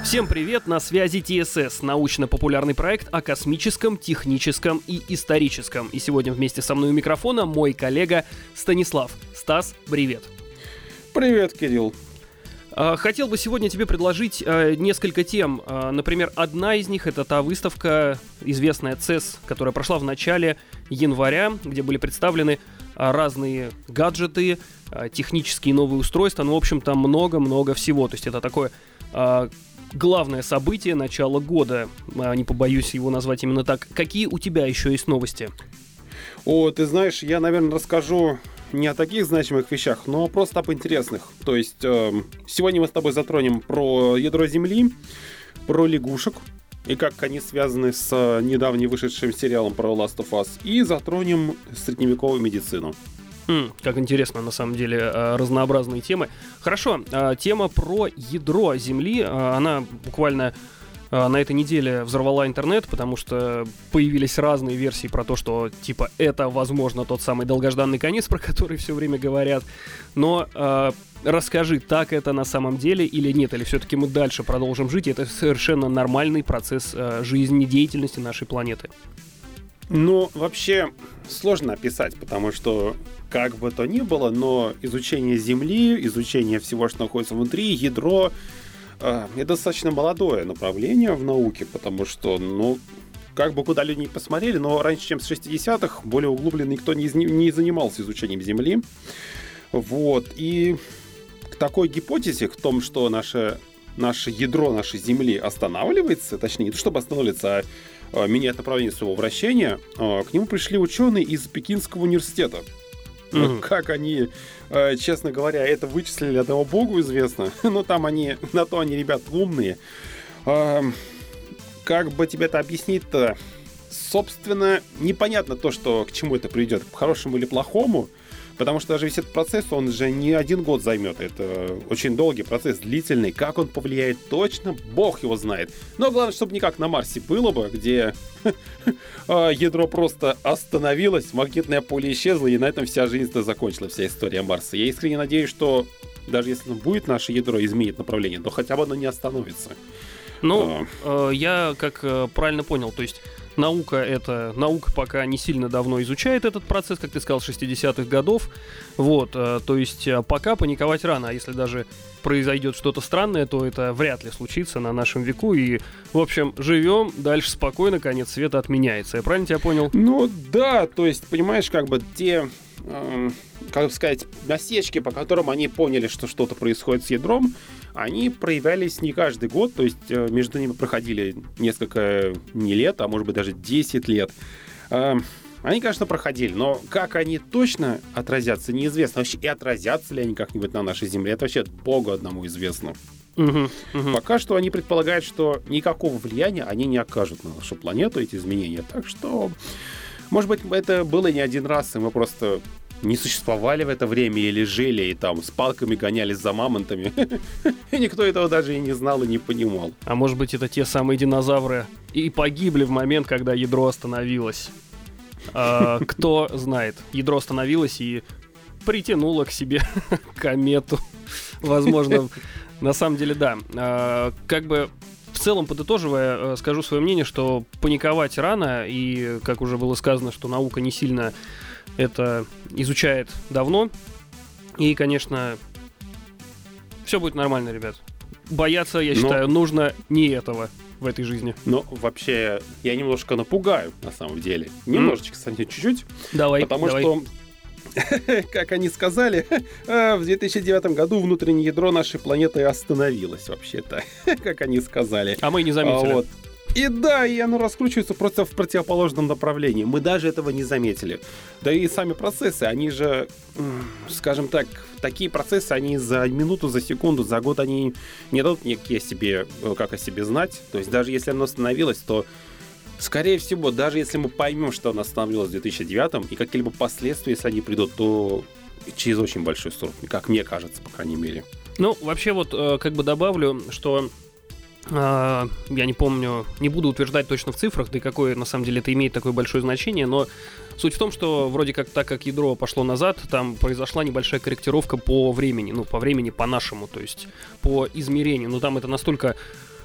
Всем привет, на связи ТСС, научно-популярный проект о космическом, техническом и историческом. И сегодня вместе со мной у микрофона мой коллега Станислав. Стас, привет. Привет, Кирилл. Хотел бы сегодня тебе предложить несколько тем. Например, одна из них — это та выставка, известная CES, которая прошла в начале января, где были представлены разные гаджеты, технические новые устройства. Ну, в общем, там много-много всего. То есть это такое главное событие начала года. Не побоюсь его назвать именно так. Какие у тебя еще есть новости? Ты знаешь, я, наверное, расскажу не о таких значимых вещах, но просто об интересных. То есть сегодня мы с тобой затронем про ядро Земли, про лягушек и как они связаны с недавно вышедшим сериалом про Last of Us, и затронем средневековую медицину. Как интересно, на самом деле, разнообразные темы. Хорошо, тема про ядро Земли, она буквально на этой неделе взорвала интернет, потому что появились разные версии про то, что, типа, это, возможно, тот самый долгожданный конец, про который все время говорят. Но расскажи, так это на самом деле или нет, или все-таки мы дальше продолжим жить, и это совершенно нормальный процесс жизнедеятельности нашей планеты? Ну, вообще, сложно описать, потому что, как бы то ни было, но изучение Земли, изучение всего, что находится внутри, ядро, это достаточно молодое направление в науке, потому что, как бы куда люди не посмотрели, но раньше, чем с 60-х, более углубленно никто не занимался изучением Земли. Вот, и к такой гипотезе, к тому, что наше ядро нашей Земли останавливается, точнее, не то чтобы останавливается, а меняет направление своего вращения, к нему пришли ученые из Пекинского университета. Как они, честно говоря, это вычислили, одному богу известно. Но там они ребята умные. Как бы тебе это объяснить-то? Собственно, непонятно то, что к чему это приведет, к хорошему или плохому. Потому что даже весь этот процесс, он же не 1 год займет. Это очень долгий процесс, длительный. Как он повлияет точно, бог его знает. Но главное, чтобы не как на Марсе было бы, где ядро просто остановилось, магнитное поле исчезло, и на этом вся жизнь-то закончилась, вся история Марса. Я искренне надеюсь, что даже если будет наше ядро изменить направление, то хотя бы оно не остановится. Я как правильно понял, то есть наука пока не сильно давно изучает этот процесс, как ты сказал, 60-х годов. Вот, то есть пока паниковать рано, а если даже произойдет что-то странное, то это вряд ли случится на нашем веку. И, в общем, живем дальше спокойно, конец света отменяется. Я правильно тебя понял? Да, то есть, понимаешь, как бы те, как сказать, насечки, по которым они поняли, что что-то происходит с ядром, они проявлялись не каждый год, то есть между ними проходили несколько не лет, а может быть даже 10 лет. Они, конечно, проходили, но как они точно отразятся, неизвестно. Вообще, и отразятся ли они как-нибудь на нашей Земле, это вообще Богу одному известно. Пока что они предполагают, что никакого влияния они не окажут на нашу планету, эти изменения. Так что, может быть, это было не один раз, и мы просто не существовали в это время или жили, и там с палками гонялись за мамонтами. И никто этого даже и не знал, и не понимал. А может быть, это те самые динозавры и погибли в момент, когда ядро остановилось. Кто знает. Ядро остановилось и притянуло к себе комету. Возможно, на самом деле, да. Как бы в целом, подытоживая, скажу свое мнение, что паниковать рано, и, как уже было сказано, что наука не сильно это изучает давно. И, конечно, все будет нормально, ребят. Бояться, я считаю, нужно не этого в этой жизни. Но вообще, я немножко напугаю, на самом деле. Немножечко, совсем чуть-чуть. Давай. Потому что, как они сказали, в 2009 году внутреннее ядро нашей планеты остановилось, вообще-то. Как они сказали. А мы не заметили. И да, и оно раскручивается просто в противоположном направлении. Мы даже этого не заметили. Да и сами процессы, они же, скажем так, такие процессы, они за минуту, за секунду, за год, они не дадут как о себе знать. То есть даже если оно остановилось, то, скорее всего, даже если мы поймем, что оно остановилось в 2009, и какие-либо последствия, если они придут, то через очень большой срок, как мне кажется, по крайней мере. Вообще как бы добавлю, что я не помню, не буду утверждать точно в цифрах, да и какое на самом деле это имеет такое большое значение, но суть в том, что вроде как так как ядро пошло назад, там произошла небольшая корректировка по времени, по времени по нашему, то есть по измерению, но там это настолько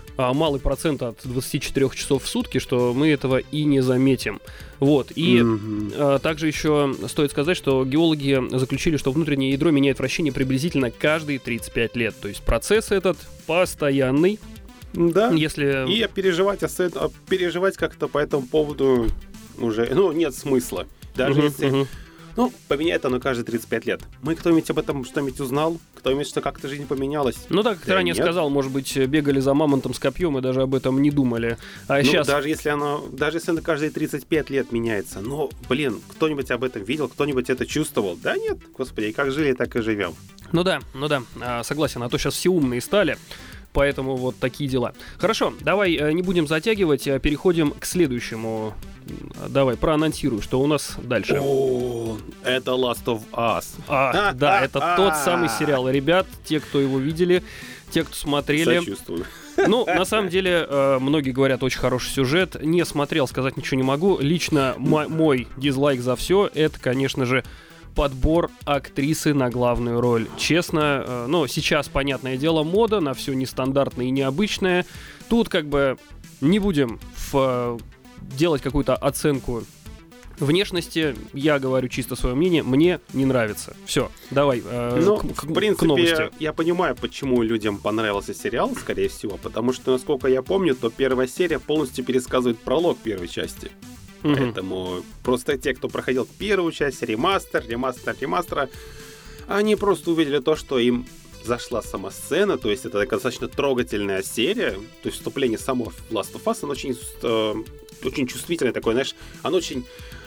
малый процент от 24 часов в сутки, что мы этого и не заметим. Вот. И также еще стоит сказать, что геологи заключили, что внутреннее ядро меняет вращение приблизительно каждые 35 лет. То есть процесс этот постоянный. Да, если... и переживать как-то по этому поводу уже, нет смысла. Даже если... поменяет оно каждые 35 лет. Кто-нибудь об этом что-нибудь узнал? Кто-нибудь, что как-то жизнь поменялась? Как ты ранее сказал, может быть, бегали за мамонтом с копьем и даже об этом не думали. Сейчас... Даже если оно каждые 35 лет меняется. Кто-нибудь об этом видел? Кто-нибудь это чувствовал? Да нет, господи, и как жили, так и живем. Ну да, согласен, а то сейчас все умные стали. Поэтому вот такие дела. Хорошо, давай не будем затягивать, переходим к следующему. Давай, проанонсируй, что у нас дальше. Это Last of Us. Да, это тот самый сериал. Ребят, те, кто его видели, те, кто смотрели... Сочувствую. На самом деле, многие говорят, очень хороший сюжет. Не смотрел, сказать ничего не могу. Лично мой дизлайк за все, это, конечно же, подбор актрисы на главную роль. Честно, сейчас, понятное дело, мода на все нестандартное и необычное. Тут не будем делать какую-то оценку внешности. Я говорю чисто свое мнение. Мне не нравится. Все, давай в принципе, к новости. Я понимаю, почему людям понравился сериал, скорее всего. Потому что, насколько я помню, то первая серия полностью пересказывает пролог первой части. Поэтому просто те, кто проходил первую часть, ремастера, они просто увидели то, что им зашла сама сцена, то есть это достаточно трогательная серия, то есть вступление само в Last of Us, оно очень чувствительное такое, знаешь, оно очень...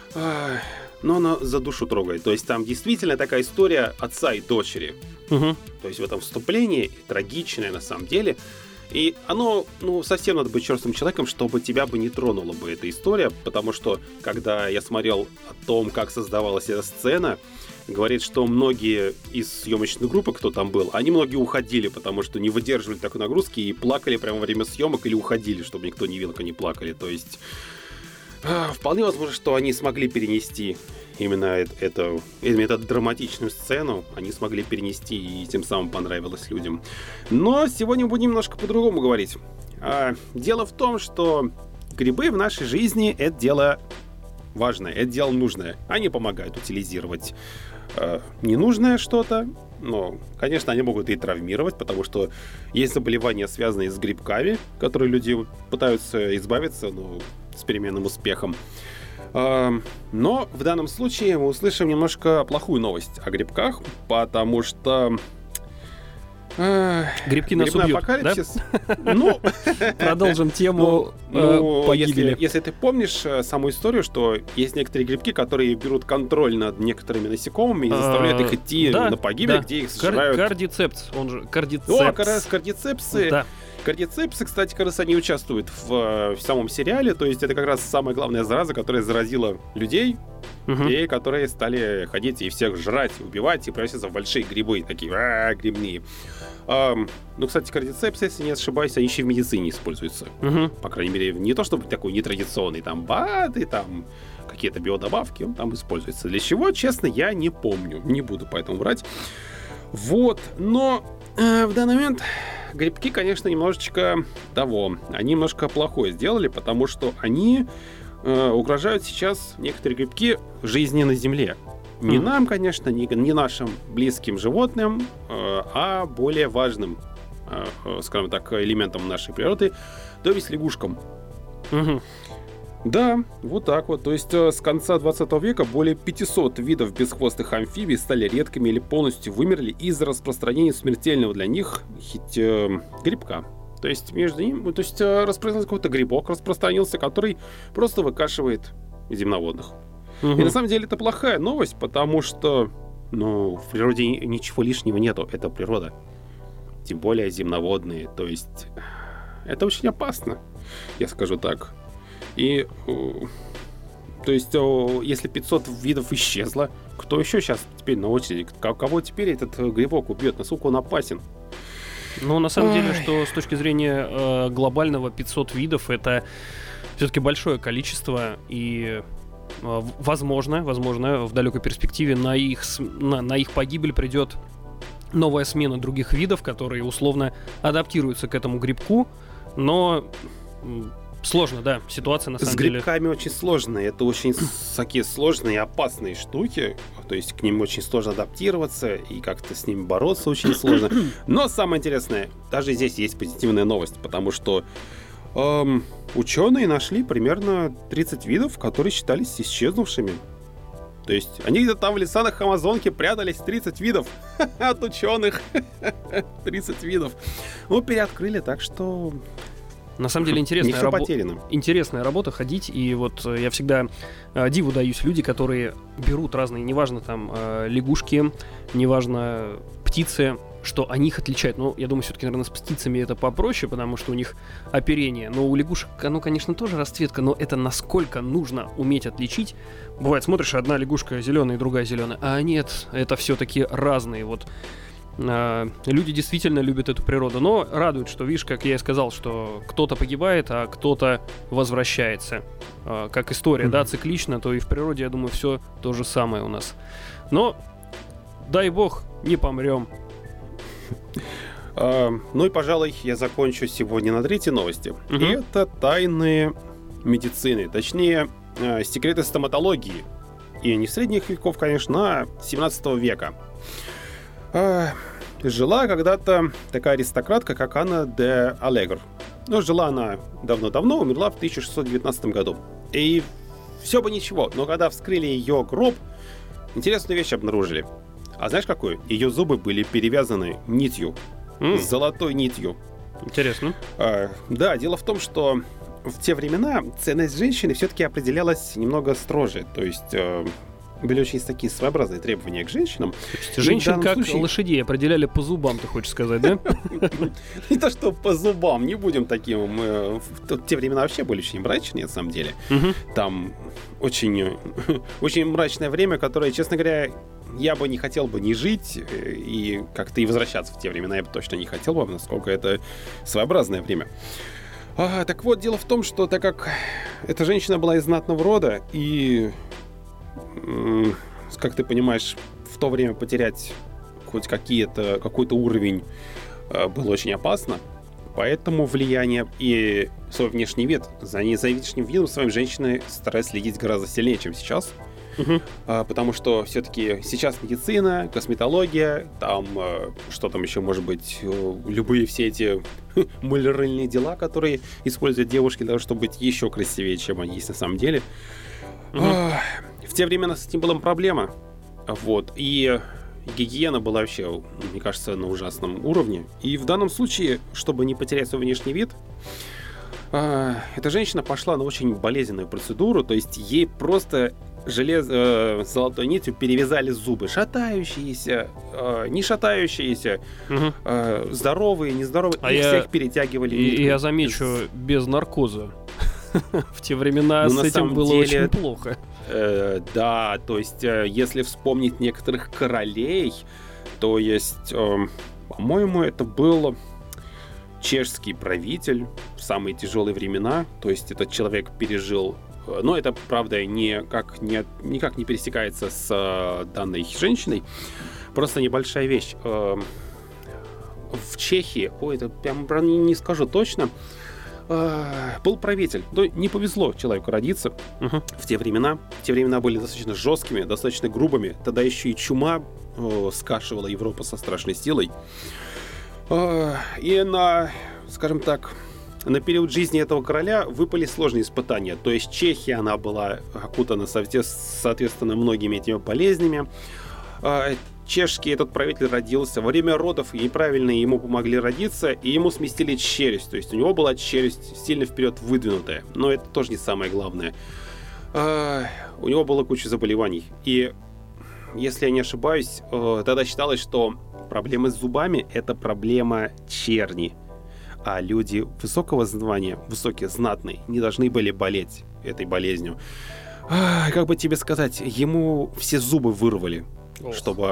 оно за душу трогает, то есть там действительно такая история отца и дочери. То есть в этом вступлении трагичное на самом деле. И оно, совсем надо быть черствым человеком, чтобы тебя бы не тронула бы эта история, потому что, когда я смотрел о том, как создавалась эта сцена, говорит, что многие из съемочной группы, кто там был, они многие уходили, потому что не выдерживали такой нагрузки и плакали прямо во время съемок или уходили, чтобы никто не видел, как они плакали. То есть вполне возможно, что они смогли перенести именно эту драматичную сцену, они смогли перенести, и тем самым понравилось людям. Но сегодня будем немножко по-другому говорить. Дело в том, что грибы в нашей жизни — это дело важное, это дело нужное. Они помогают утилизировать ненужное что-то, но, конечно, они могут и травмировать, потому что есть заболевания, связанные с грибками, которые люди пытаются избавиться, с переменным успехом. Но в данном случае мы услышим немножко плохую новость о грибках, потому что... Грибки нас убьют, апокалипсис. Да? Продолжим тему погибели. Если ты помнишь саму историю, что есть некоторые грибки, которые берут контроль над некоторыми насекомыми и заставляют их идти на погибель, где их сжирают. Кардицепс, он же кардицепс. Кардицепсы. Да. Кардицепсы, кстати, кажется, они участвуют в самом сериале, то есть это как раз самая главная зараза, которая заразила людей, и которые стали ходить и всех жрать, убивать, и превращаться в большие грибы, такие грибные. Кстати, кардицепсы, если не ошибаюсь, они еще в медицине используются. По крайней мере, не то чтобы такой нетрадиционный, там БАДы, там какие-то биодобавки, он там используется. Для чего, честно, я не помню, не буду поэтому врать. Вот, но в данный момент... Грибки, конечно, немножечко они немножко плохое сделали, потому что они угрожают сейчас, некоторые грибки, жизни на Земле. Не нам, конечно, не нашим близким животным, а более важным, скажем так, элементом нашей природы, то есть лягушкам. Да, вот так вот. То есть с конца 20 века более 500 видов бесхвостых амфибий стали редкими или полностью вымерли из-за распространения смертельного для них грибка. То есть между ними, распространился какой-то грибок, который просто выкашивает земноводных. И на самом деле это плохая новость, потому что в природе ничего лишнего нету, это природа. Тем более земноводные, то есть это очень опасно, я скажу так. И, то есть, если 500 видов исчезло, кто еще сейчас теперь на очереди? Кого теперь этот грибок убьет? Насколько он опасен? На самом деле, что с точки зрения глобального 500 видов, это все-таки большое количество, и возможно, в далекой перспективе на их погибель придет новая смена других видов, которые условно адаптируются к этому грибку, Но сложно, да, ситуация на самом деле. С грибками очень сложно. Это очень такие сложные и опасные штуки. То есть к ним очень сложно адаптироваться, и как-то с ними бороться очень сложно. Но самое интересное, даже здесь есть позитивная новость, потому что ученые нашли примерно 30 видов, которые считались исчезнувшими. То есть они где-то там в лесах Амазонки прятались, 30 видов от ученых. 30 видов. Ну, переоткрыли, так что... На самом деле интересная работа ходить, и вот я всегда диву даюсь люди, которые берут разные, неважно там лягушки, неважно птицы, что они их отличают. Ну, я думаю, все-таки, наверное, с птицами это попроще, потому что у них оперение. Но у лягушек, оно, конечно, тоже расцветка, но это насколько нужно уметь отличить. Бывает, смотришь, одна лягушка зеленая, другая зеленая, а нет, это все-таки разные. Вот люди действительно любят эту природу, но радует, что, видишь, как я и сказал, что кто-то погибает, а кто-то возвращается. Как история, да, циклично, то и в природе, я думаю, все то же самое у нас. Но, дай бог, не помрем. Ну и, пожалуй, я закончу сегодня на третьей новости. Это тайны медицины, точнее, секреты стоматологии. И не средних веков, конечно, а 17 века. Жила когда-то такая аристократка, как Анна де Алегр. Но жила она давно-давно, умерла в 1619 году. И все бы ничего, но когда вскрыли ее гроб, интересную вещь обнаружили. А знаешь какую? Ее зубы были перевязаны нитью, с золотой нитью. Интересно. Да, дело в том, что в те времена ценность женщины все-таки определялась немного строже. То есть были очень такие своеобразные требования к женщинам. Женщин как лошадей определяли по зубам, ты хочешь сказать, да? Не то, что по зубам, не будем таким. В те времена вообще были очень мрачные, на самом деле. Там очень мрачное время, которое, честно говоря, я бы не хотел бы ни жить, и как-то и возвращаться в те времена я бы точно не хотел бы, насколько это своеобразное время. Так вот, дело в том, что так как эта женщина была из знатного рода, и, как ты понимаешь, в то время потерять хоть какой-то уровень было очень опасно, поэтому влияние и свой внешний вид, за внешним видом своим женщины стараются следить гораздо сильнее, чем сейчас. Потому что все-таки сейчас медицина, косметология, там, что там еще может быть, любые все эти малярные дела, которые используют девушки для того, чтобы быть еще красивее, чем они есть на самом деле. В те времена с этим была проблема. Вот. И гигиена была вообще, мне кажется, на ужасном уровне. И в данном случае, чтобы не потерять свой внешний вид, эта женщина пошла на очень болезненную процедуру, то есть ей просто золотой нитью перевязали зубы. Шатающиеся, не шатающиеся, здоровые, нездоровые. Их всех перетягивали. И я замечу, без наркоза. В те времена с этим было очень плохо. Да, то есть, если вспомнить некоторых королей, то есть, по-моему, это был чешский правитель в самые тяжелые времена. То есть, этот человек пережил. Но это, правда, никак не пересекается с данной женщиной. Просто небольшая вещь. В Чехии, это прям не скажу точно, был правитель. Но не повезло человеку родиться в те времена. Те времена были достаточно жесткими, достаточно грубыми. Тогда еще и чума скашивала Европу со страшной силой. И скажем так, на период жизни этого короля выпали сложные испытания. То есть Чехия, она была окутана, соответственно, многими этими болезнями. Чешский этот правитель родился во время родов, и неправильно ему помогли родиться, и ему сместили челюсть. То есть у него была челюсть сильно вперед выдвинутая. Но это тоже не самое главное. У него была куча заболеваний. И, если я не ошибаюсь, тогда считалось, что проблемы с зубами — это проблема черни. А люди высокого звания, высокие, знатные, не должны были болеть этой болезнью. Как бы тебе сказать, ему все зубы вырвали, чтобы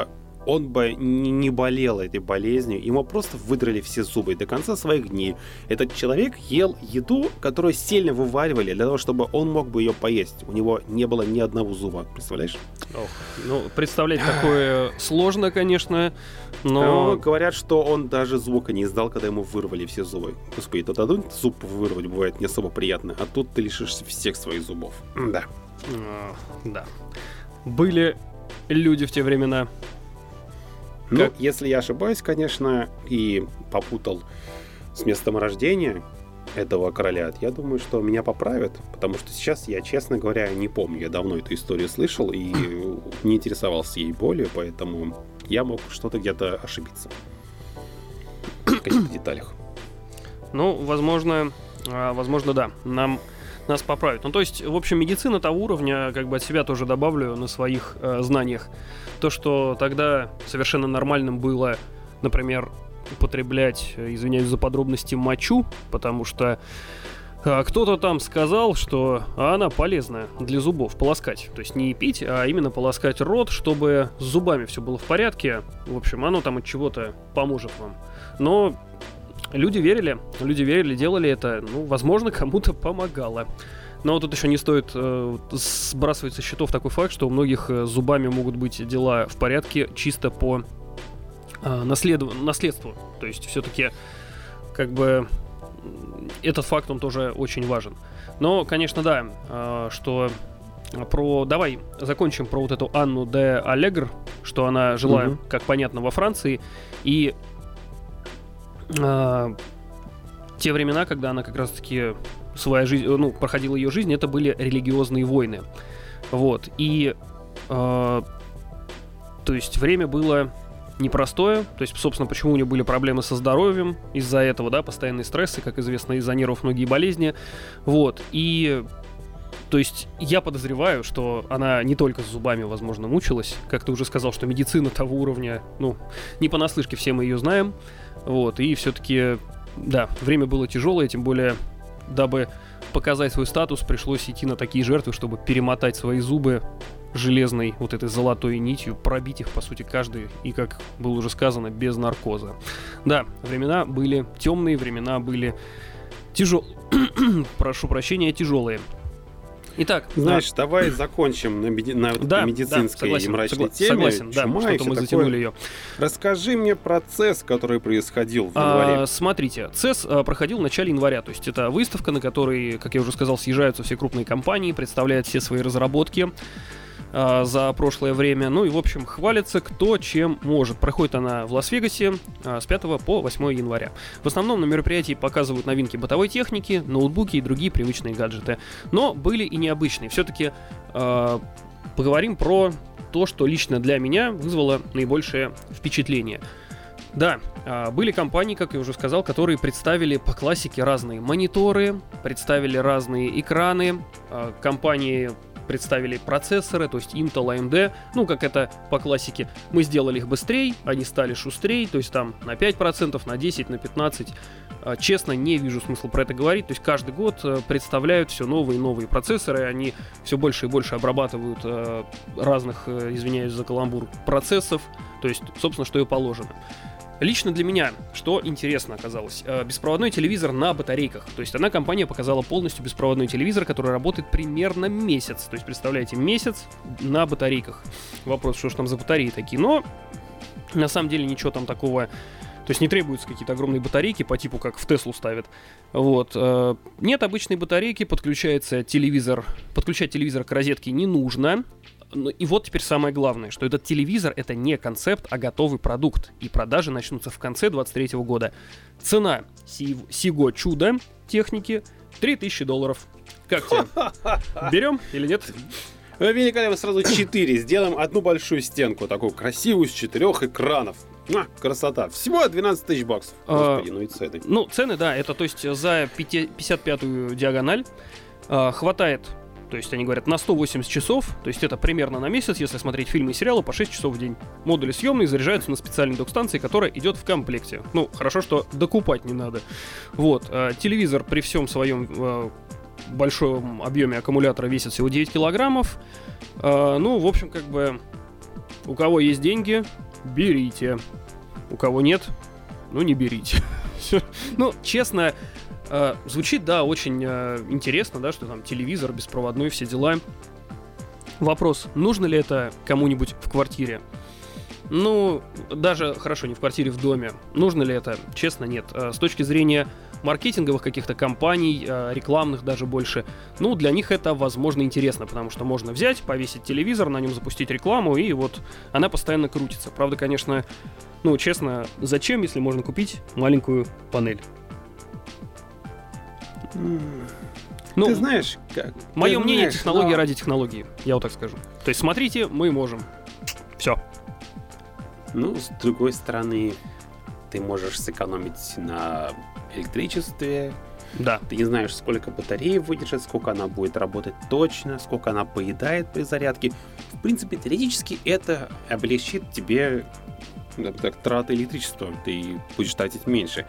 он бы не болел этой болезнью, ему просто выдрали все зубы. И до конца своих дней этот человек ел еду, которую сильно вываривали для того, чтобы он мог бы ее поесть. У него не было ни одного зуба, представляешь? Ох, ну, представлять такое сложно, конечно, но... Говорят, что он даже звука не издал, когда ему вырвали все зубы. Господи, тут один зуб вырвать бывает не особо приятно, а тут ты лишишься всех своих зубов. Да. Да. Были люди в те времена. Ну, если я ошибаюсь, конечно, и попутал с местом рождения этого короля, я думаю, что меня поправят, потому что сейчас я, честно говоря, не помню. Я давно эту историю слышал и не интересовался ей более, поэтому я мог что-то где-то ошибиться в каких-то деталях. Ну, возможно, да, нас поправят. Ну, то есть, в общем, медицина того уровня, как бы от себя тоже добавлю на своих знаниях. То, что тогда совершенно нормальным было, например, употреблять, извиняюсь за подробности, мочу, потому что кто-то там сказал, что она полезна для зубов, полоскать. То есть не пить, а именно полоскать рот, чтобы с зубами все было в порядке. В общем, оно там от чего-то поможет вам. Но люди верили, делали это. Ну, возможно, кому-то помогало. Но тут еще не стоит сбрасывать со счетов такой факт, что у многих с зубами могут быть дела в порядке чисто по наследству. То есть все-таки как бы этот факт, он тоже очень важен. Но, конечно, да, что давай закончим про вот эту Анну де Алегр, что она жила, как понятно, во Франции. И те времена, когда она как раз-таки проходила ее жизнь, это были религиозные войны. Вот. И то есть время было непростое. То есть, собственно, почему у нее были проблемы со здоровьем из-за этого, да, постоянные стрессы, как известно, из-за нервов многие болезни. Вот. И то есть я подозреваю, что она не только с зубами, возможно, мучилась. Как ты уже сказал, что медицина того уровня, ну, не понаслышке, все мы ее знаем. Вот. И все-таки, да, время было тяжелое, тем более, дабы показать свой статус, пришлось идти на такие жертвы, чтобы перемотать свои зубы железной вот этой золотой нитью, пробить их, по сути, каждый, и, как было уже сказано, без наркоза. Да, времена были темные, времена были прошу прощения, тяжелые. Итак, знаешь, давай закончим на медицинской и мрачной теме. Согласен, да, что-то мы затянули ее. Расскажи мне про CES, который происходил в январе. Смотрите, CES проходил в начале января, то есть это выставка, на которой, как я уже сказал, съезжаются все крупные компании, представляют все свои разработки за прошлое время. Ну и, в общем, хвалится кто чем может. Проходит она в Лас-Вегасе с 5 по 8 января. В основном на мероприятии показывают новинки бытовой техники, ноутбуки и другие привычные гаджеты. Но были и необычные. Все-таки поговорим про то, что лично для меня вызвало наибольшее впечатление. Да, были компании, как я уже сказал, которые представили по классике разные мониторы, представили разные экраны, компании представили процессоры, то есть Intel, AMD, ну, как это по классике. Мы сделали их быстрее, они стали шустрее, то есть там на 5%, на 10%, на 15%. Честно, не вижу смысла про это говорить, то есть каждый год представляют все новые и новые процессоры, они все больше и больше обрабатывают разных, извиняюсь за каламбур, процессов, то есть, собственно, что и положено. Лично для меня, что интересно оказалось, беспроводной телевизор на батарейках. То есть одна компания показала полностью беспроводной телевизор, который работает примерно месяц. То есть, представляете, месяц на батарейках. Вопрос, что же там за батареи такие. Но на самом деле ничего там такого... То есть не требуются какие-то огромные батарейки по типу, как в Теслу ставят. Вот. Нет обычной батарейки, подключать телевизор к розетке не нужно. И вот теперь самое главное, что этот телевизор — это не концепт, а готовый продукт. И продажи начнутся в конце 2023 года. Цена сего чуда техники $3000. Как тебе? Берем или нет? Великолепно, сразу 4. Сделаем одну большую стенку, такую красивую, с 4 экранов. Красота. Всего $12 000. Господи, ну и цены. Ну, цены, да, это то есть за 55-ю диагональ хватает. То есть они говорят на 180 часов, то есть это примерно на месяц, если смотреть фильмы и сериалы, по 6 часов в день. Модули съемные заряжаются на специальной док-станции, которая идет в комплекте. Ну, хорошо, что докупать не надо. Вот, телевизор при всем своем большом объеме аккумулятора весит всего 9 килограммов. Ну, в общем, как бы, у кого есть деньги, берите. У кого нет, ну не берите. Ну, честно, звучит, да, очень интересно, да, что там телевизор беспроводной, все дела. Вопрос, нужно ли это кому-нибудь в квартире? Ну, даже, хорошо, не в квартире, в доме. Нужно ли это? Честно, нет. С точки зрения маркетинговых каких-то компаний, рекламных даже больше, ну, для них это, возможно, интересно, потому что можно взять, повесить телевизор, на нем запустить рекламу, и вот она постоянно крутится. Правда, конечно, ну, честно, зачем, если можно купить маленькую панель? Ну, ты знаешь, как... Мое мнение, технология ради технологии, я вот так скажу. То есть, смотрите, мы можем. Все. Ну, с другой стороны, ты можешь сэкономить на электричестве. Да. Ты не знаешь, сколько батареи выдержит, сколько она будет работать точно, сколько она поедает при зарядке. В принципе, теоретически это облегчит тебе траты электричества. Ты будешь тратить меньше.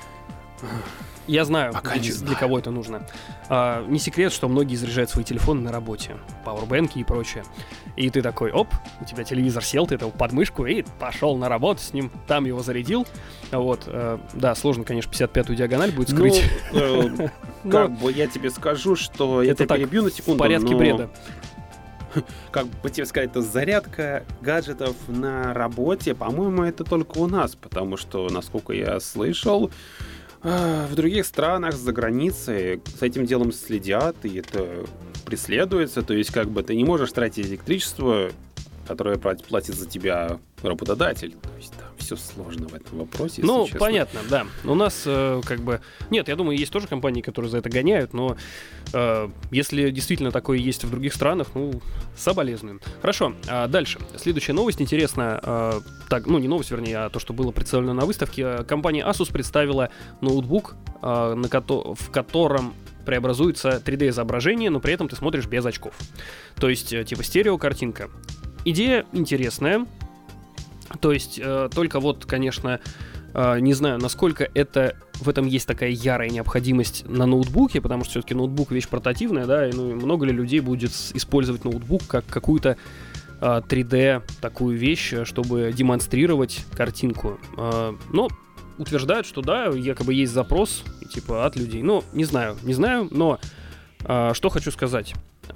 Я знаю, не для кого это нужно. Не секрет, что многие заряжают свои телефоны на работе. Пауэрбэнки и прочее. И ты такой, оп, у тебя телевизор сел, ты его под мышку и пошел на работу с ним, там его зарядил. Вот, да, сложно, конечно, 55-ю диагональ будет скрыть. Как бы я тебе скажу, что я тебя перебью на секунду. В порядке бреда. Как бы тебе сказать, это зарядка гаджетов на работе, по-моему, это только у нас, потому что, насколько я слышал, в других странах, за границей за этим делом следят, и это преследуется. То есть, как бы ты не можешь тратить электричество, которое платит за тебя работодатель. То есть, там все сложно в этом вопросе. Ну, понятно, да. У нас как бы... Нет, я думаю, есть тоже компании, которые за это гоняют, но если действительно такое есть в других странах, ну, соболезнуем. Хорошо, дальше. Следующая новость интересная. Ну, не новость, вернее, а то, что было представлено на выставке. Компания Asus представила ноутбук, в котором преобразуется 3D-изображение, но при этом ты смотришь без очков. То есть, типа, стереокартинка. Идея интересная. То есть, только вот, конечно, не знаю, насколько в этом есть такая ярая необходимость на ноутбуке, потому что все-таки ноутбук вещь портативная, да, и ну, много ли людей будет использовать ноутбук как какую-то 3D такую вещь, чтобы демонстрировать картинку. Но утверждают, что да, якобы есть запрос, типа, от людей. Ну, не знаю, но что хочу сказать.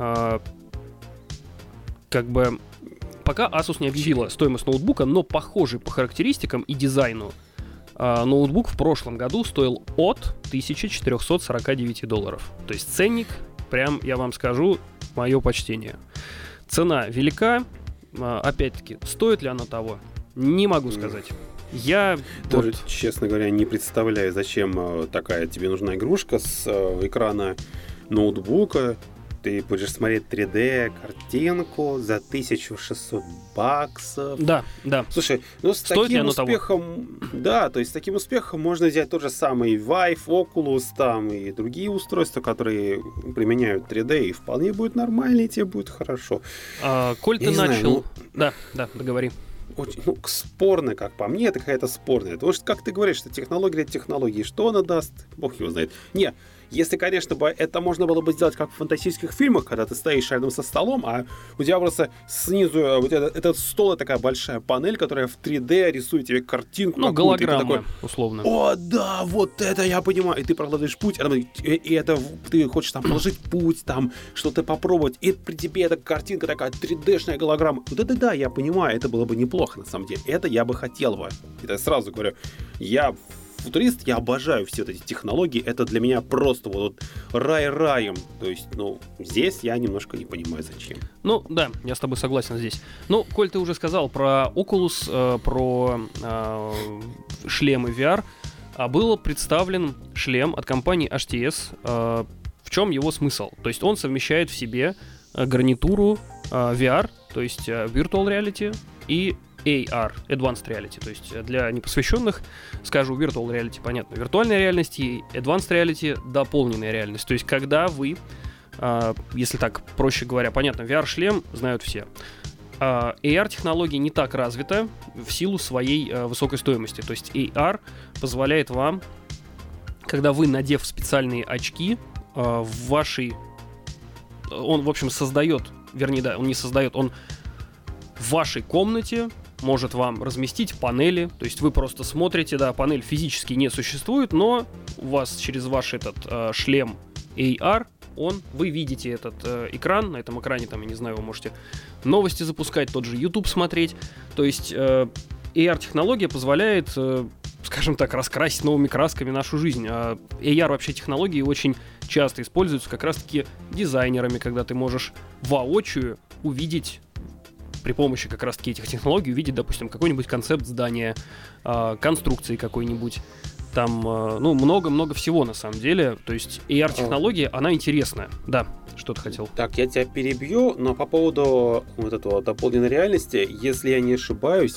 Как бы пока Asus не объявила стоимость ноутбука, но похожий по характеристикам и дизайну ноутбук в прошлом году стоил от $1449. То есть ценник, прям я вам скажу, мое почтение. Цена велика, опять-таки, стоит ли она того? Не могу сказать. Я даже, честно говоря, не представляю, зачем такая тебе нужна игрушка с экрана ноутбука. Ты будешь смотреть 3D-картинку за $1600. Да. Слушай, ну с таким успехом... Да, то есть с таким успехом можно взять тот же самый Vive, Oculus, там и другие устройства, которые применяют 3D, и вполне будет нормально, и тебе будет хорошо. Коль ты начал... Да, договори. Очень, спорно, как по мне, это какая-то спорная. Потому что, как ты говоришь, что технология для технологии, что она даст, бог его знает. Не, если, конечно, это можно было бы сделать как в фантастических фильмах, когда ты стоишь рядом со столом, а у тебя просто снизу вот этот стол, это такая большая панель, которая в 3D рисует тебе картинку. Ну, голограмма, условно. О, да, вот это я понимаю. И ты прокладываешь путь, и это ты хочешь там положить путь, там что-то попробовать, и при тебе эта картинка такая 3D-шная голограмма. Вот это да, я понимаю, это было бы неплохо на самом деле. Это я бы хотел бы. Это сразу говорю, я футурист, я обожаю все вот эти технологии, это для меня просто вот рай раем. То есть, здесь я немножко не понимаю, зачем. Ну, да, я с тобой согласен здесь. Ну, коль ты уже сказал про Oculus, про шлемы VR, был представлен шлем от компании HTS. В чем его смысл? То есть он совмещает в себе гарнитуру VR, то есть Virtual Reality, и AR, Advanced Reality, то есть для непосвященных, скажу, Virtual Reality, понятно, виртуальная реальность, и Advanced Reality — дополненная реальность, то есть когда вы, если так проще говоря, понятно, VR-шлем знают все, AR-технология не так развита в силу своей высокой стоимости, то есть AR позволяет вам, когда вы, надев специальные очки, он, в общем, создает, вернее, да, он не создает, он в вашей комнате может вам разместить панели, то есть вы просто смотрите, да, панель физически не существует, но у вас через ваш этот шлем AR, вы видите этот экран, на этом экране, там, я не знаю, вы можете новости запускать, тот же YouTube смотреть, то есть AR-технология позволяет, скажем так, раскрасить новыми красками нашу жизнь. А AR вообще технологии очень часто используются как раз-таки дизайнерами, когда ты можешь воочию увидеть, при помощи как раз-таки этих технологий, увидеть, допустим, какой-нибудь концепт здания, конструкции какой-нибудь. Там, много-много всего на самом деле. То есть AR-технология, она интересная. Да, что ты хотел? Так, я тебя перебью, но по поводу вот этого дополненной реальности, если я не ошибаюсь,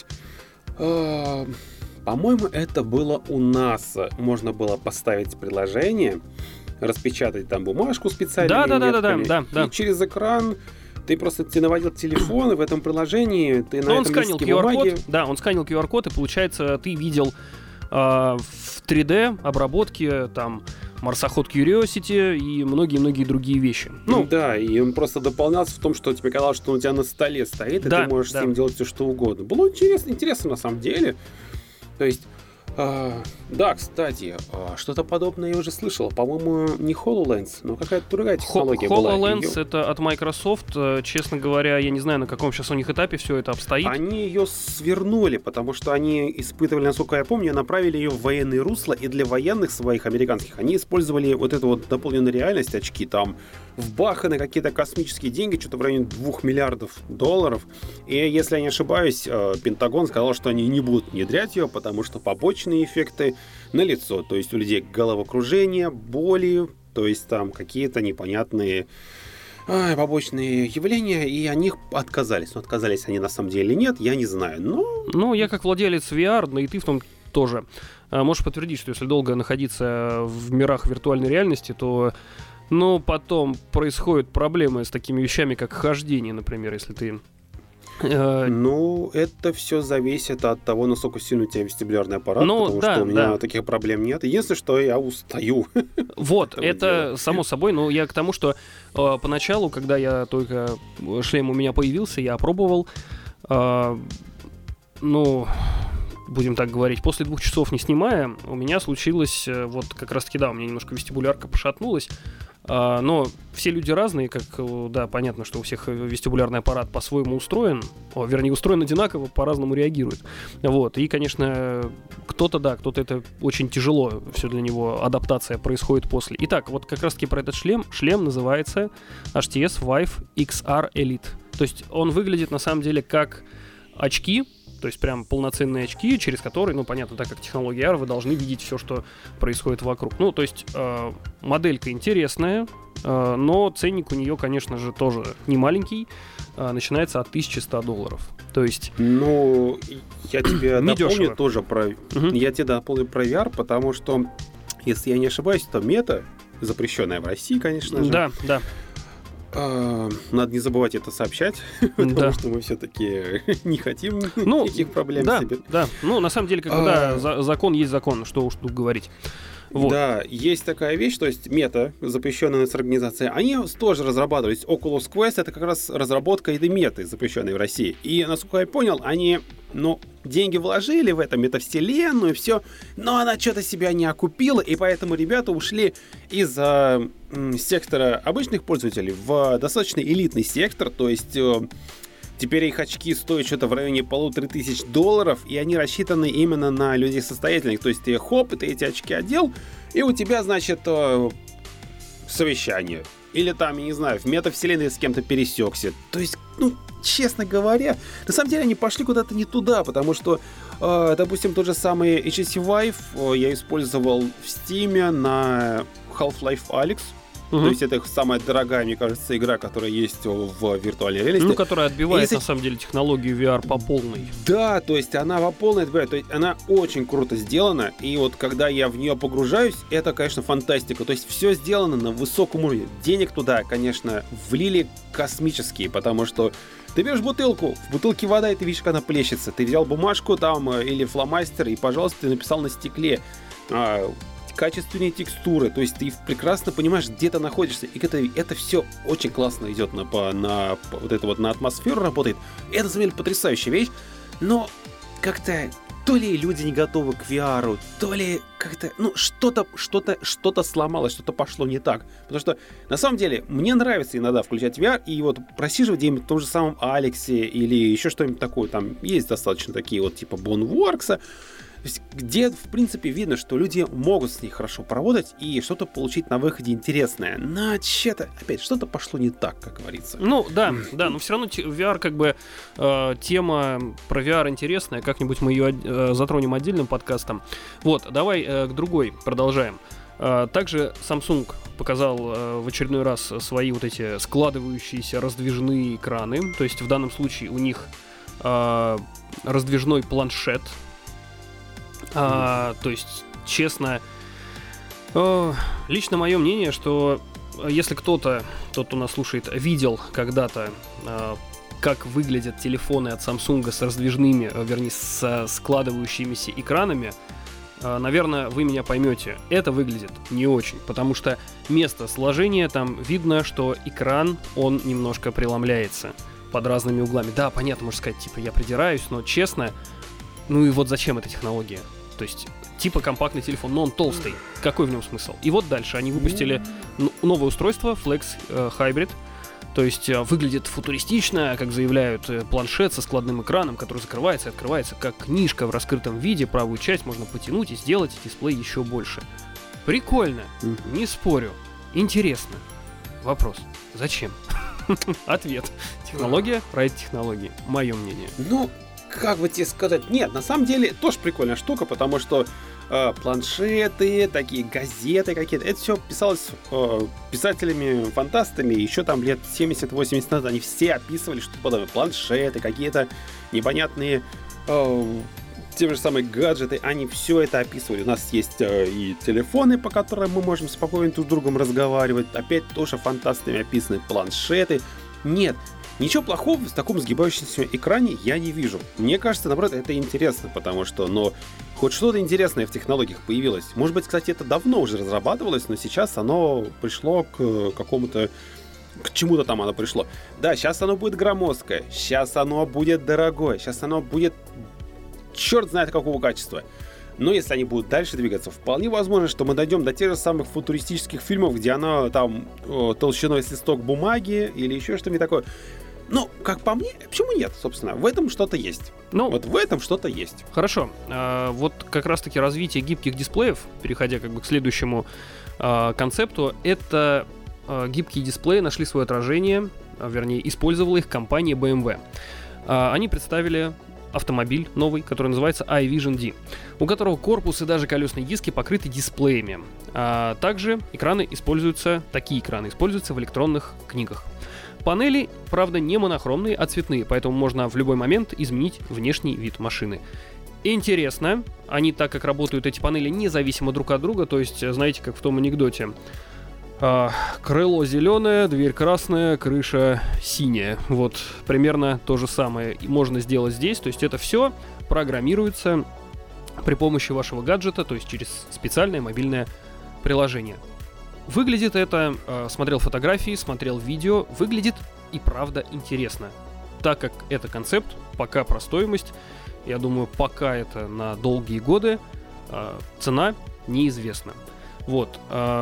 по-моему, это было у нас. Можно было поставить приложение, распечатать там бумажку специальными метками, и через экран ты просто наводил телефон, и в этом приложении ты на этом листке бумаги... Да, он сканил QR-код, и получается, ты видел в 3D обработке там марсоход Curiosity и многие-многие другие вещи. Да, и он просто дополнялся в том, что тебе казалось, что он у тебя на столе стоит, и ты можешь с ним делать все, что угодно. Было интересно на самом деле. То есть, да, кстати, что-то подобное я уже слышал. По-моему, не HoloLens, но какая-то другая технология была. HoloLens — это от Microsoft. Честно говоря, я не знаю, на каком сейчас у них этапе все это обстоит. Они ее свернули, потому что они испытывали, насколько я помню, направили ее в военные русла, и для военных своих американских они использовали вот эту вот дополненную реальность, очки там, вбаханы какие-то космические деньги, что-то в районе $2 миллиардов. И, если я не ошибаюсь, Пентагон сказал, что они не будут внедрять ее, потому что побочные эффекты налицо. То есть у людей головокружение, боли, то есть там какие-то непонятные побочные явления, и они отказались. Но отказались они на самом деле или нет, я не знаю. Ну, я как владелец VR, да и ты в том тоже, можешь подтвердить, что если долго находиться в мирах виртуальной реальности, то потом происходят проблемы с такими вещами, как хождение, например, если ты... это все зависит от того, насколько сильно у тебя вестибулярный аппарат, потому что у меня таких проблем нет. Единственное, что я устаю. Вот, это само собой, но я к тому, что поначалу, когда я только шлем у меня появился, я опробовал, будем так говорить, после 2 часов не снимая, у меня случилось, вот как раз-таки, у меня немножко вестибулярка пошатнулась, но все люди разные, понятно, что у всех вестибулярный аппарат по-своему устроен, устроен одинаково, по-разному реагирует. Вот, и, конечно, кто-то это очень тяжело, все для него, адаптация происходит после. Итак, вот как раз-таки про этот шлем называется HTS Vive XR Elite. То есть он выглядит, на самом деле, как очки, то есть прям полноценные очки, через которые, понятно, так как технология AR, вы должны видеть все, что происходит вокруг. То есть моделька интересная, но ценник у нее, конечно же, тоже не маленький, начинается от $1100. То есть... я тебе дополню тоже я тебе дополню про VR, потому что, если я не ошибаюсь, то мета, запрещенная в России, конечно же. Да. Надо не забывать это сообщать, потому что мы все-таки не хотим никаких проблем себе. Да, на самом деле, закон есть закон, что уж тут говорить. Вот. Да, есть такая вещь, то есть Мета, запрещенная у нас организация, они тоже разрабатывались. Oculus Quest — это как раз разработка этой Меты, запрещенной в России. И, насколько я понял, они, деньги вложили в эту метавселенную, все, но она что-то себя не окупила, и поэтому ребята ушли из сектора обычных пользователей в достаточно элитный сектор, то есть... Теперь их очки стоят что-то в районе $1500, и они рассчитаны именно на людей состоятельных. То есть ты эти очки одел, и у тебя, значит, совещание. Или там, я не знаю, в метавселенной с кем-то пересекся. То есть, честно говоря, на самом деле они пошли куда-то не туда, потому что, допустим, тот же самый HTC Vive я использовал в Steam на Half-Life Alyx. То есть это самая дорогая, мне кажется, игра, которая есть в виртуальной реальности. Которая отбивает, на самом деле, технологию VR по полной. Да, то есть она по полной отбивает. То есть она очень круто сделана. И вот когда я в нее погружаюсь, это, конечно, фантастика. То есть все сделано на высоком уровне. Денег туда, конечно, влили космические, потому что ты берешь бутылку, в бутылке вода, и ты видишь, как она плещется. Ты взял бумажку там или фломастер, и, пожалуйста, ты написал на стекле качественные текстуры, то есть ты прекрасно понимаешь, где ты находишься, и это все очень классно идет на вот это вот на атмосферу работает. Это, на самом деле, потрясающая вещь. Но как-то то ли люди не готовы к VR, то ли как-то, что-то сломалось, что-то пошло не так. Потому что, на самом деле, мне нравится иногда включать VR и вот просиживать где-нибудь в том же самом Алексе или еще что-нибудь такое. Там есть достаточно такие вот типа Boneworks, где, в принципе, видно, что люди могут с ней хорошо поработать и что-то получить на выходе интересное. Но опять, что-то пошло не так, как говорится. Ну, да, но все равно VR, как бы, тема про VR интересная, как-нибудь мы ее затронем отдельным подкастом. Вот, давай к другой продолжаем. Также Samsung показал в очередной раз свои вот эти складывающиеся раздвижные экраны, то есть в данном случае у них раздвижной планшет. То есть, честно, лично мое мнение, что если кто-то, тот, кто нас слушает, видел когда-то, как выглядят телефоны от Samsung с раздвижными, вернее, с складывающимися экранами, наверное, вы меня поймете. Это выглядит не очень, потому что место сложения там видно, что экран, он немножко преломляется под разными углами. Да, понятно, можно сказать, типа, я придираюсь, но честно, ну и вот зачем эта технология? То есть, типа компактный телефон, но он толстый. Какой в нем смысл? И вот дальше они выпустили новое устройство, Flex Hybrid. То есть, выглядит футуристично, как заявляют, планшет со складным экраном, который закрывается и открывается как книжка в раскрытом виде. Правую часть можно потянуть и сделать дисплей еще больше. Прикольно, не спорю. Интересно. Вопрос. Зачем? Ответ. Технология ради технологии. Мое мнение. Ну, как бы тебе сказать? Нет, на самом деле тоже прикольная штука, потому что планшеты, такие газеты какие-то, это все писалось писателями-фантастами еще там лет 70-80 назад. Они все описывали что-то подобное. Планшеты, какие-то непонятные те же самые гаджеты, они все это описывали. У нас есть и телефоны, по которым мы можем спокойно друг с другом разговаривать. Опять тоже фантастами описаны планшеты. Нет, ничего плохого в таком сгибающемся экране я не вижу. Мне кажется, наоборот, это интересно, потому что, хоть что-то интересное в технологиях появилось. Может быть, кстати, это давно уже разрабатывалось, но сейчас оно пришло к какому-то... К чему-то там оно пришло. Да, сейчас оно будет громоздкое, сейчас оно будет дорогое, сейчас оно будет черт знает какого качества. Но если они будут дальше двигаться, вполне возможно, что мы дойдем до тех же самых футуристических фильмов, где оно там толщиной с листок бумаги или еще что-нибудь такое. Ну, как по мне, почему нет, собственно? В этом что-то есть. Ну, вот в этом что-то есть. Хорошо. Вот как раз-таки развитие гибких дисплеев, переходя как бы к следующему концепту, это гибкие дисплеи нашли свое отражение, вернее, использовала их компания BMW. Они представили автомобиль новый, который называется iVision D, у которого корпус и даже колесные диски покрыты дисплеями. Также такие экраны используются в электронных книгах. Панели, правда, не монохромные, а цветные, поэтому можно в любой момент изменить внешний вид машины. Интересно, они, так как работают эти панели независимо друг от друга, то есть, знаете, как в том анекдоте, крыло зеленое, дверь красная, крыша синяя. Вот примерно то же самое можно сделать здесь. То есть это все программируется при помощи вашего гаджета, то есть через специальное мобильное приложение. Выглядит это, смотрел фотографии, смотрел видео, выглядит и правда интересно. Так как это концепт, пока про стоимость, я думаю, пока это на долгие годы, цена неизвестна. Вот.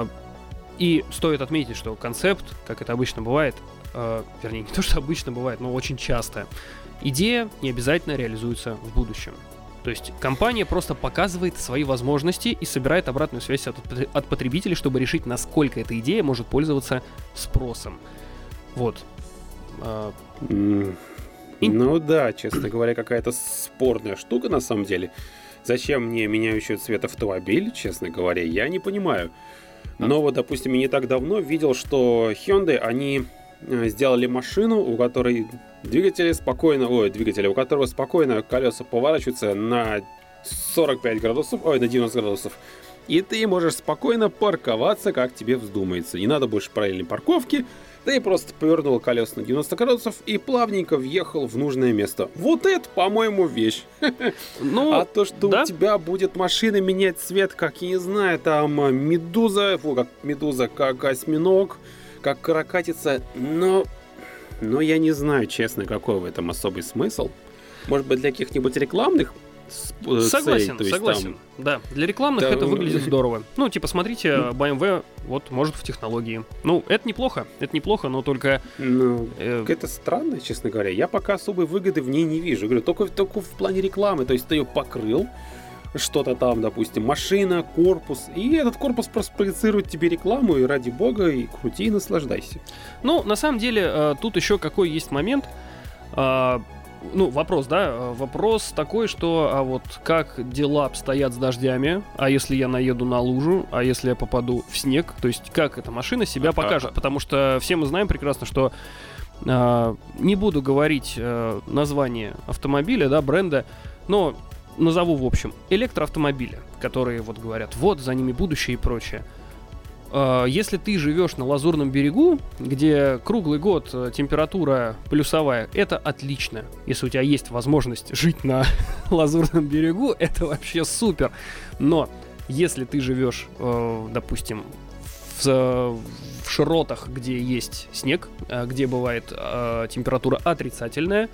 И стоит отметить, что концепт, как это обычно бывает, вернее, не то, что обычно бывает, но очень часто, идея не обязательно реализуется в будущем. То есть компания просто показывает свои возможности и собирает обратную связь от потребителей, чтобы решить, насколько эта идея может пользоваться спросом. Вот. Ну да, честно говоря, какая-то спорная штука на самом деле. Зачем мне меняющий цвет автомобиль, честно говоря, я не понимаю. Но вот, допустим, я не так давно видел, что Hyundai, они сделали машину, у которой у которого спокойно колеса поворачиваются на 45 градусов, на 90 градусов. И ты можешь спокойно парковаться, как тебе вздумается. Не надо больше параллельной парковки. Ты просто повернул колеса на 90 градусов и плавненько въехал в нужное место. Вот это, по-моему, вещь. Ну, а то, что у тебя будет машина менять цвет, как, я не знаю, там, медуза, как осьминог, как каракатица, но я не знаю, честно, какой в этом особый смысл. Может быть, для каких-нибудь рекламных Согласен, целей, согласен. Да, для рекламных это выглядит здорово. Ну, типа, смотрите, BMW вот может в технологии. Ну, это неплохо, но только... Это странно, честно говоря. Я пока особой выгоды в ней не вижу. Говорю, только в плане рекламы. То есть ты ее покрыл, что-то там, допустим, машина, корпус, и этот корпус просто проецирует тебе рекламу, и ради бога, и крути, и наслаждайся. Ну, на самом деле, тут еще какой есть момент. Вопрос, да? Вопрос такой, что а вот как дела обстоят с дождями, а если я наеду на лужу, а если я попаду в снег, то есть как эта машина себя покажет, потому что все мы знаем прекрасно, что не буду говорить название автомобиля, да, бренда, но назову в общем электроавтомобили, которые вот говорят, вот за ними будущее и прочее. Если ты живешь на Лазурном берегу, где круглый год температура плюсовая, это отлично. Если у тебя есть возможность жить на Лазурном берегу, это вообще супер. Но если ты живешь, допустим, в широтах, где есть снег, где бывает температура отрицательная,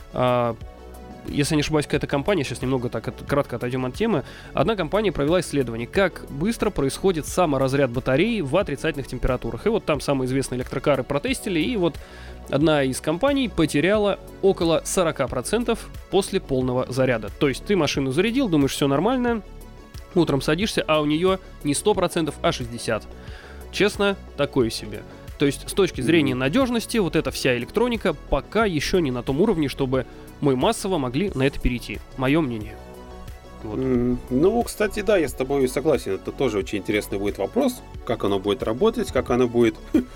если не ошибаюсь, какая-то компания, сейчас немного так кратко отойдем от темы, одна компания провела исследование, как быстро происходит саморазряд батареи в отрицательных температурах. И вот там самые известные электрокары протестили, и вот одна из компаний потеряла около 40% после полного заряда. То есть ты машину зарядил, думаешь, все нормально, утром садишься, а у нее не 100%, а 60%. Честно, такое себе. То есть с точки зрения надежности, вот эта вся электроника пока еще не на том уровне, чтобы мы массово могли на это перейти. Мое мнение. Вот. Ну, кстати, да, я с тобой согласен. Это тоже очень интересный будет вопрос, как оно будет работать, как оно будет...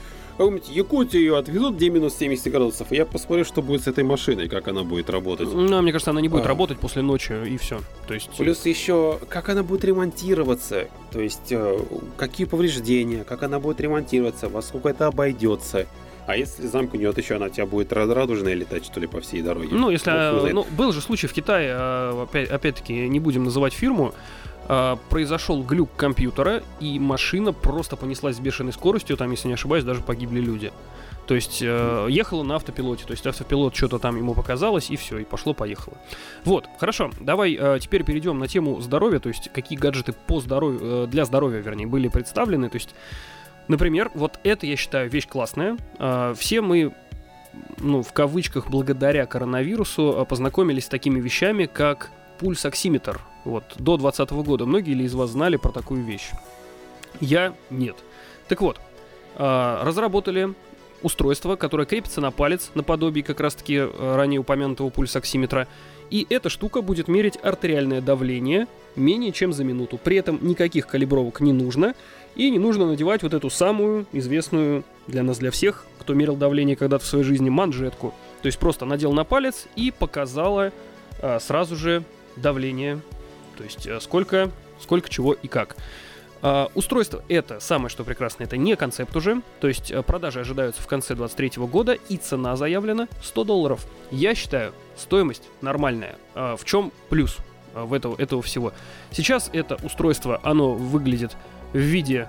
В Якутию ее отвезут, где минус 70 градусов, и я посмотрю, что будет с этой машиной, как она будет работать. Ну, мне кажется, она не будет работать после ночи, и все. То есть... Плюс еще, как она будет ремонтироваться, то есть, какие повреждения, как она будет ремонтироваться, во сколько это обойдется. А если замкнет еще, она у тебя будет радужная летать, что ли, по всей дороге? Ну, если... был же случай в Китае, опять-таки, не будем называть фирму, произошел глюк компьютера, и машина просто понеслась с бешеной скоростью, там, если не ошибаюсь, даже погибли люди. То есть ехала на автопилоте, то есть автопилот что-то там ему показалось, и все, и пошло-поехало. Вот, хорошо, давай теперь перейдем на тему здоровья, то есть какие гаджеты по здоровью, для здоровья, вернее, были представлены, то есть, например, вот это, я считаю, вещь классная. Все мы, в кавычках, благодаря коронавирусу познакомились с такими вещами, как пульсоксиметр. Вот, до 2020 года. Многие ли из вас знали про такую вещь? Я нет. Так вот, разработали устройство, которое крепится на палец, наподобие как раз-таки ранее упомянутого пульсоксиметра. И эта штука будет мерить артериальное давление менее чем за минуту. При этом никаких калибровок не нужно. И не нужно надевать вот эту самую известную для нас, для всех, кто мерил давление когда-то в своей жизни, манжетку. То есть просто надел на палец и показала сразу же давление. То есть сколько чего и как. Устройство это, самое что прекрасное, это не концепт уже. То есть продажи ожидаются в конце 2023 года, и цена заявлена $100. Я считаю, стоимость нормальная. В чем плюс этого всего? Сейчас это устройство, оно выглядит в виде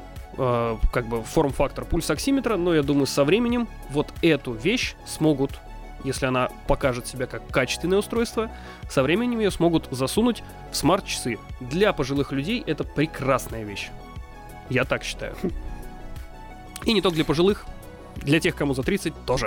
форм-фактор пульсоксиметра, но я думаю, со временем вот эту вещь смогут, если она покажет себя как качественное устройство, со временем ее смогут засунуть в смарт-часы. Для пожилых людей это прекрасная вещь. Я так считаю. И не только для пожилых, для тех, кому за 30, тоже.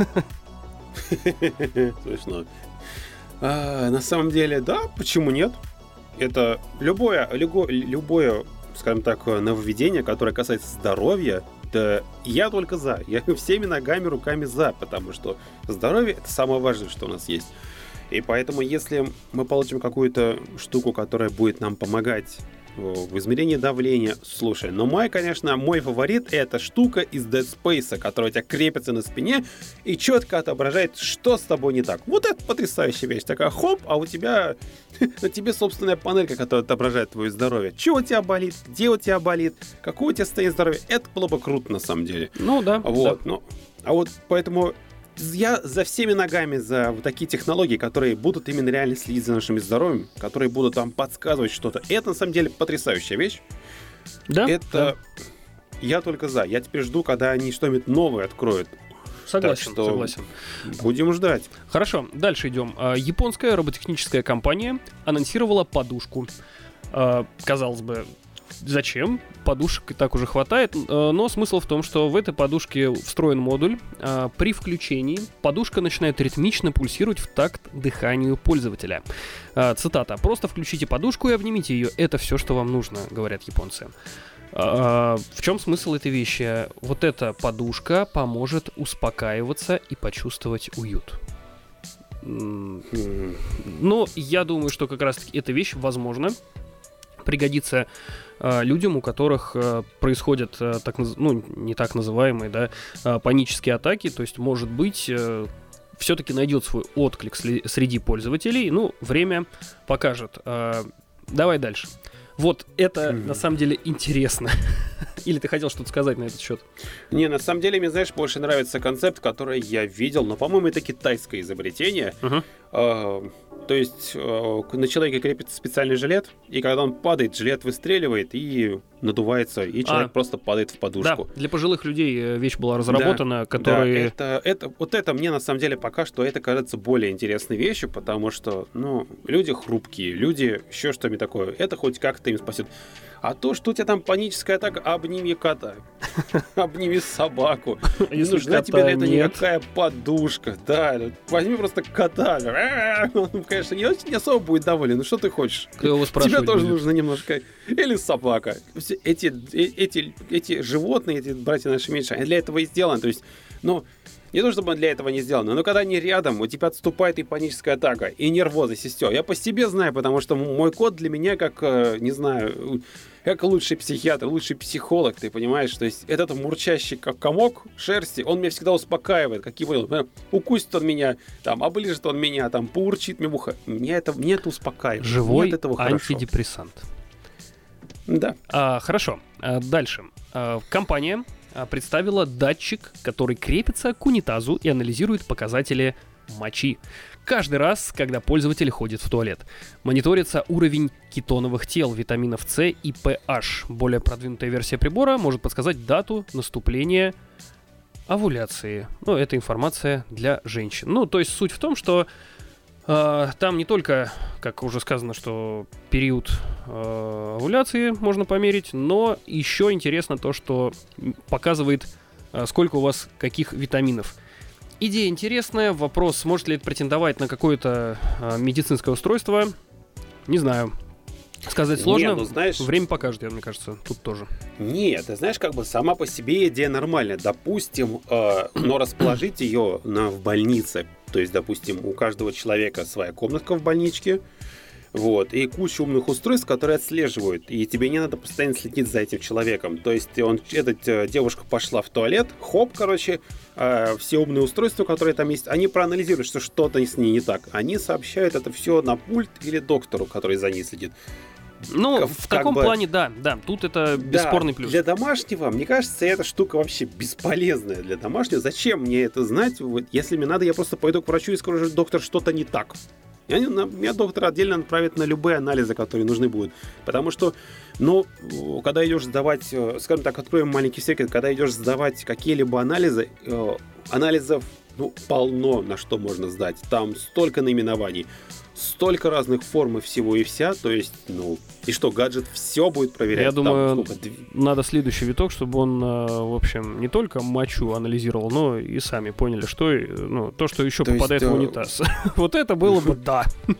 Смешно. На самом деле, да, почему нет? Это любое, скажем так, нововведение, которое касается здоровья, да я только за. Я всеми ногами, руками за, потому что здоровье — это самое важное, что у нас есть. И поэтому, если мы получим какую-то штуку, которая будет нам помогать в измерении давления, слушай, но мой фаворит — это штука из Dead Space, которая у тебя крепится на спине и четко отображает, что с тобой не так. Вот это потрясающая вещь. Такая хоп, а у тебя на тебе собственная панелька, которая отображает твое здоровье. Чего у тебя болит, где у тебя болит, какое у тебя состояние здоровья. Это было бы круто на самом деле. Ну да. Вот, да. А вот поэтому я за всеми ногами за вот такие технологии, которые будут именно реально следить за нашим здоровьем, которые будут вам подсказывать что-то. Это на самом деле потрясающая вещь. Да. Это... Да. Я только за. Я теперь жду, когда они что-нибудь новое откроют. Согласен, что согласен. Будем ждать. Хорошо, дальше идем. Японская роботехническая компания анонсировала подушку. Казалось бы, зачем? Подушек и так уже хватает. Но смысл в том, что в этой подушке встроен модуль. При включении подушка начинает ритмично пульсировать в такт дыханию пользователя. Цитата. «Просто включите подушку и обнимите ее. Это все, что вам нужно», говорят японцы. В чем смысл этой вещи? Вот эта подушка поможет успокаиваться и почувствовать уют. Но я думаю, что как раз-таки эта вещь, возможно, пригодится людям, у которых происходят не так называемые, да, панические атаки. То есть, может быть, все-таки найдет свой отклик среди пользователей. Ну, время покажет. Давай дальше. Вот это на самом деле интересно. Или ты хотел что-то сказать на этот счет? Не, на самом деле, мне, знаешь, больше нравится концепт, который я видел, но, по-моему, это китайское изобретение. То есть на человеке крепится специальный жилет, и когда он падает, жилет выстреливает и надувается, и человек просто падает в подушку. Да, для пожилых людей вещь была разработана, которые... Да, вот это мне на самом деле пока что это кажется более интересной вещью, потому что, люди хрупкие, люди еще что-нибудь такое, это хоть как-то им спасет. А то, что у тебя там паническая атака, обними кота, обними собаку. Не нужна тебе для этого никакая подушка. Да, возьми просто кота. Он, конечно, не особо будет доволен. Ну что ты хочешь? Тебе тоже нужно немножко... Или собака. Эти животные, эти братья наши меньшие, они для этого и сделаны. То есть, не то, чтобы для этого не сделано, но когда они рядом, у тебя отступает и паническая атака, и нервозность, и все. Я по себе знаю, потому что мой кот для меня как, не знаю, как лучший психиатр, лучший психолог, ты понимаешь? То есть этот мурчащий как комок шерсти, он меня всегда успокаивает. Укусит он меня, там, оближет он меня, там, поурчит мне в ухо. Мне это успокаивает. Живой антидепрессант. Да. Хорошо. Дальше. Компания представила датчик, который крепится к унитазу и анализирует показатели мочи. Каждый раз, когда пользователь ходит в туалет. Мониторится уровень кетоновых тел, витаминов С и pH. Более продвинутая версия прибора может подсказать дату наступления овуляции. Это информация для женщин. То есть суть в том, что там не только, как уже сказано, что период овуляции можно померить, но еще интересно то, что показывает, сколько у вас каких витаминов. Идея интересная, вопрос, может ли это претендовать на какое-то медицинское устройство, не знаю. Сказать сложно, знаешь, время покажет, мне кажется, тут тоже. Нет, ты знаешь, сама по себе идея нормальная. Допустим, но расположить ее в больнице. То есть, допустим, у каждого человека своя комнатка в больничке, и куча умных устройств, которые отслеживают, и тебе не надо постоянно следить за этим человеком. То есть, девушка пошла в туалет, все умные устройства, которые там есть, они проанализируют, что что-то с ней не так. Они сообщают это все на пульт или доктору, который за ней следит. В таком плане, да, тут это бесспорный плюс. Для домашнего, мне кажется, эта штука вообще бесполезная для домашнего. Зачем мне это знать? Если мне надо, я просто пойду к врачу и скажу, доктор, что-то не так. Меня доктор отдельно направит на любые анализы, которые нужны будут. Потому что, когда идешь сдавать, скажем так, откроем маленький секрет, когда идешь сдавать какие-либо анализы, анализов полно, на что можно сдать. Там столько наименований, столько разных форм и всего и вся, то есть, и что, гаджет все будет проверять? Я думаю, надо следующий виток, чтобы он, в общем, не только мочу анализировал, но и сами поняли, что, то, что еще попадает в унитаз. Вот это было бы да.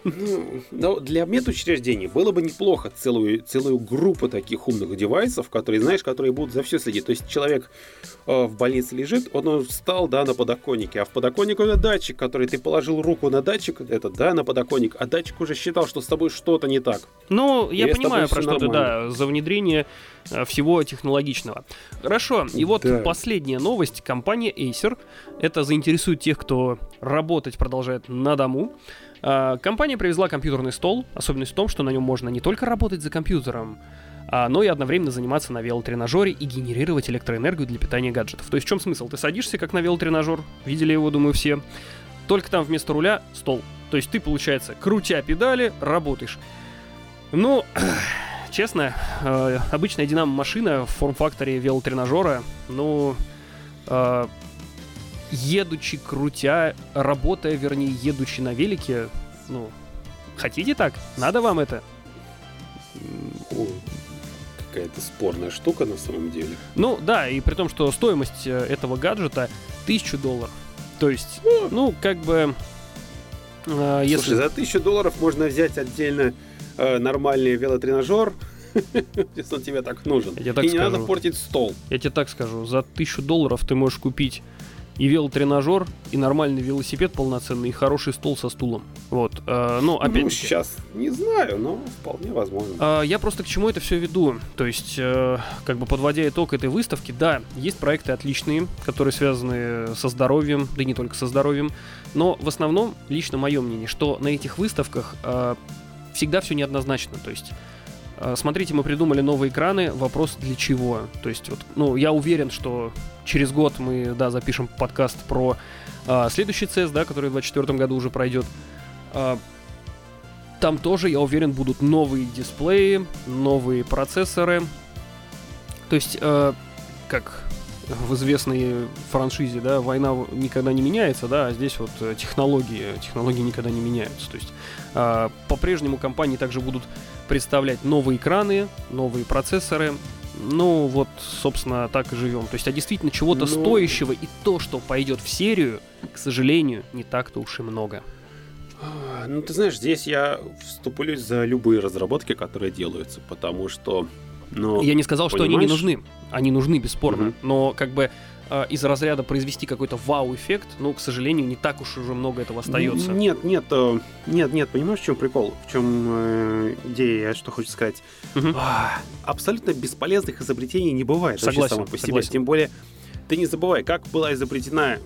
Для медучреждений было бы неплохо целую группу таких умных девайсов, которые будут за все следить. То есть человек в больнице лежит, он встал, на подоконнике, а в подоконнике это датчик, который ты положил руку на датчик, на подоконник, а датчик уже считал, что с тобой что-то не так. Я понимаю, про что ты, за внедрение всего технологичного. Хорошо, и вот последняя новость. Компания Acer, это заинтересует тех, кто работать продолжает на дому. Компания привезла компьютерный стол. Особенность в том, что на нем можно не только работать за компьютером, но и одновременно заниматься на велотренажере и генерировать электроэнергию для питания гаджетов. То есть в чем смысл? Ты садишься как на велотренажер, видели его, думаю, все. Только там вместо руля стол. То есть ты, получается, крутя педали, работаешь. Честно, обычная динамо-машина в форм-факторе велотренажера, едучи, крутя, работая, вернее, едучи на велике, ну, хотите так? Надо вам это? Ой, какая-то спорная штука на самом деле. Ну, да, и при том, что стоимость этого гаджета $1000. То есть, ну, как бы... если... Слушай, за $1000 можно взять отдельно нормальный велотренажер, если он тебе так нужен. Я тебе так и скажу. не надо портить стол. Я тебе так скажу, за $1000 ты можешь купить и велотренажер, и нормальный велосипед полноценный, и хороший стол со стулом. Вот. Ну, опять. Ну, сейчас не знаю, но вполне возможно. Я просто к чему это все веду. То есть, как бы подводя итог этой выставки, да, есть проекты отличные, которые связаны со здоровьем, да и не только со здоровьем. Но в основном, лично мое мнение, что на этих выставках всегда все неоднозначно. То есть, смотрите, мы придумали новые экраны, вопрос для чего? То есть, вот, ну, я уверен, что через год мы, да, запишем подкаст про следующий CES, да, который в 2024 году уже пройдет. Там тоже, я уверен, будут новые дисплеи, новые процессоры. То есть, как в известной франшизе, да, война никогда не меняется, да, а здесь вот технологии никогда не меняются. То есть, по-прежнему компании также будут представлять новые экраны, новые процессоры. Ну, вот, собственно, так и живем. То есть, действительно чего-то стоящего и то, что пойдет в серию, к сожалению, не так-то уж и много. Ну, ты знаешь, здесь я вступлюсь за любые разработки, которые делаются, потому что... Ну, я не сказал, что они не понимаешь? нужны. Они нужны, бесспорно. Мгм. Но, как бы, из разряда произвести какой-то вау-эффект, ну, к сожалению, не так уж уже много этого остается. Нет, понимаешь, в чем прикол? В чем идея, я что хочу сказать? Мгм. Абсолютно бесполезных изобретений не бывает. вообще Согласен, само по себе. согласен. Тем более, ты не забывай, как была изобретена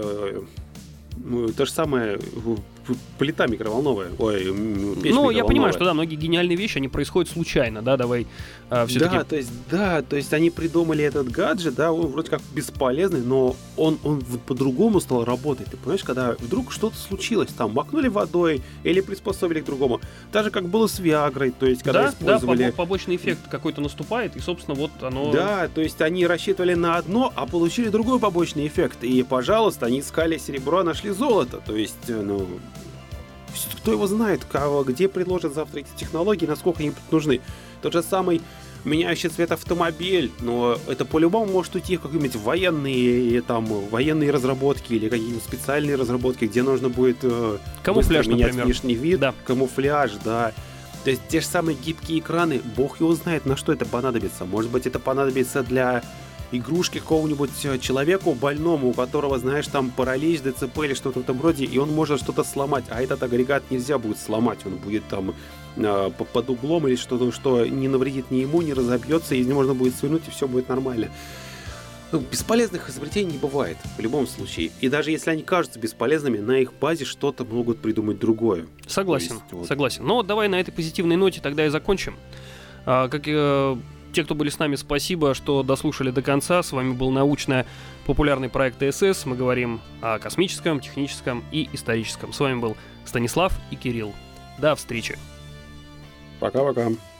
то же самое плита микроволновая. Ой, печь Ну, я микроволновая. понимаю, что да, многие гениальные вещи, они происходят случайно, да, давай все-таки... То есть они придумали этот гаджет, да, он вроде как бесполезный, но он по-другому стал работать. Ты понимаешь, когда вдруг что-то случилось, там, макнули водой или приспособили к другому. Так же, как было с Виагрой, то есть когда использовали... побочный эффект какой-то наступает, и, собственно, вот оно... Да, то есть они рассчитывали на одно, а получили другой побочный эффект. И, пожалуйста, они искали серебро, а нашли золото. То есть, ну... Кто его знает, где предложат завтра эти технологии, насколько они нужны. Тот же самый меняющий цвет автомобиль, но это по-любому может уйти в какие-нибудь военные разработки или какие-нибудь специальные разработки, где нужно будет Камуфляж, менять например. внешний вид, Да. камуфляж, да. То есть те же самые гибкие экраны, бог его знает, на что это понадобится. Может быть, это понадобится для игрушки какому-нибудь человеку больному, у которого, знаешь, там паралич, ДЦП или что-то в этом роде, и он может что-то сломать, а этот агрегат нельзя будет сломать, он будет там под углом или что-то, что не навредит ни ему, не разобьется, и можно будет свернуть, и все будет нормально. Ну, бесполезных изобретений не бывает, в любом случае. И даже если они кажутся бесполезными, на их базе что-то могут придумать другое. Согласен, То есть, вот. согласен. Ну, вот давай на этой позитивной ноте тогда и закончим. Те, кто были с нами, спасибо, что дослушали до конца. С вами был научно-популярный проект ТСС. Мы говорим о космическом, техническом и историческом. С вами был Станислав и Кирилл. До встречи. Пока-пока.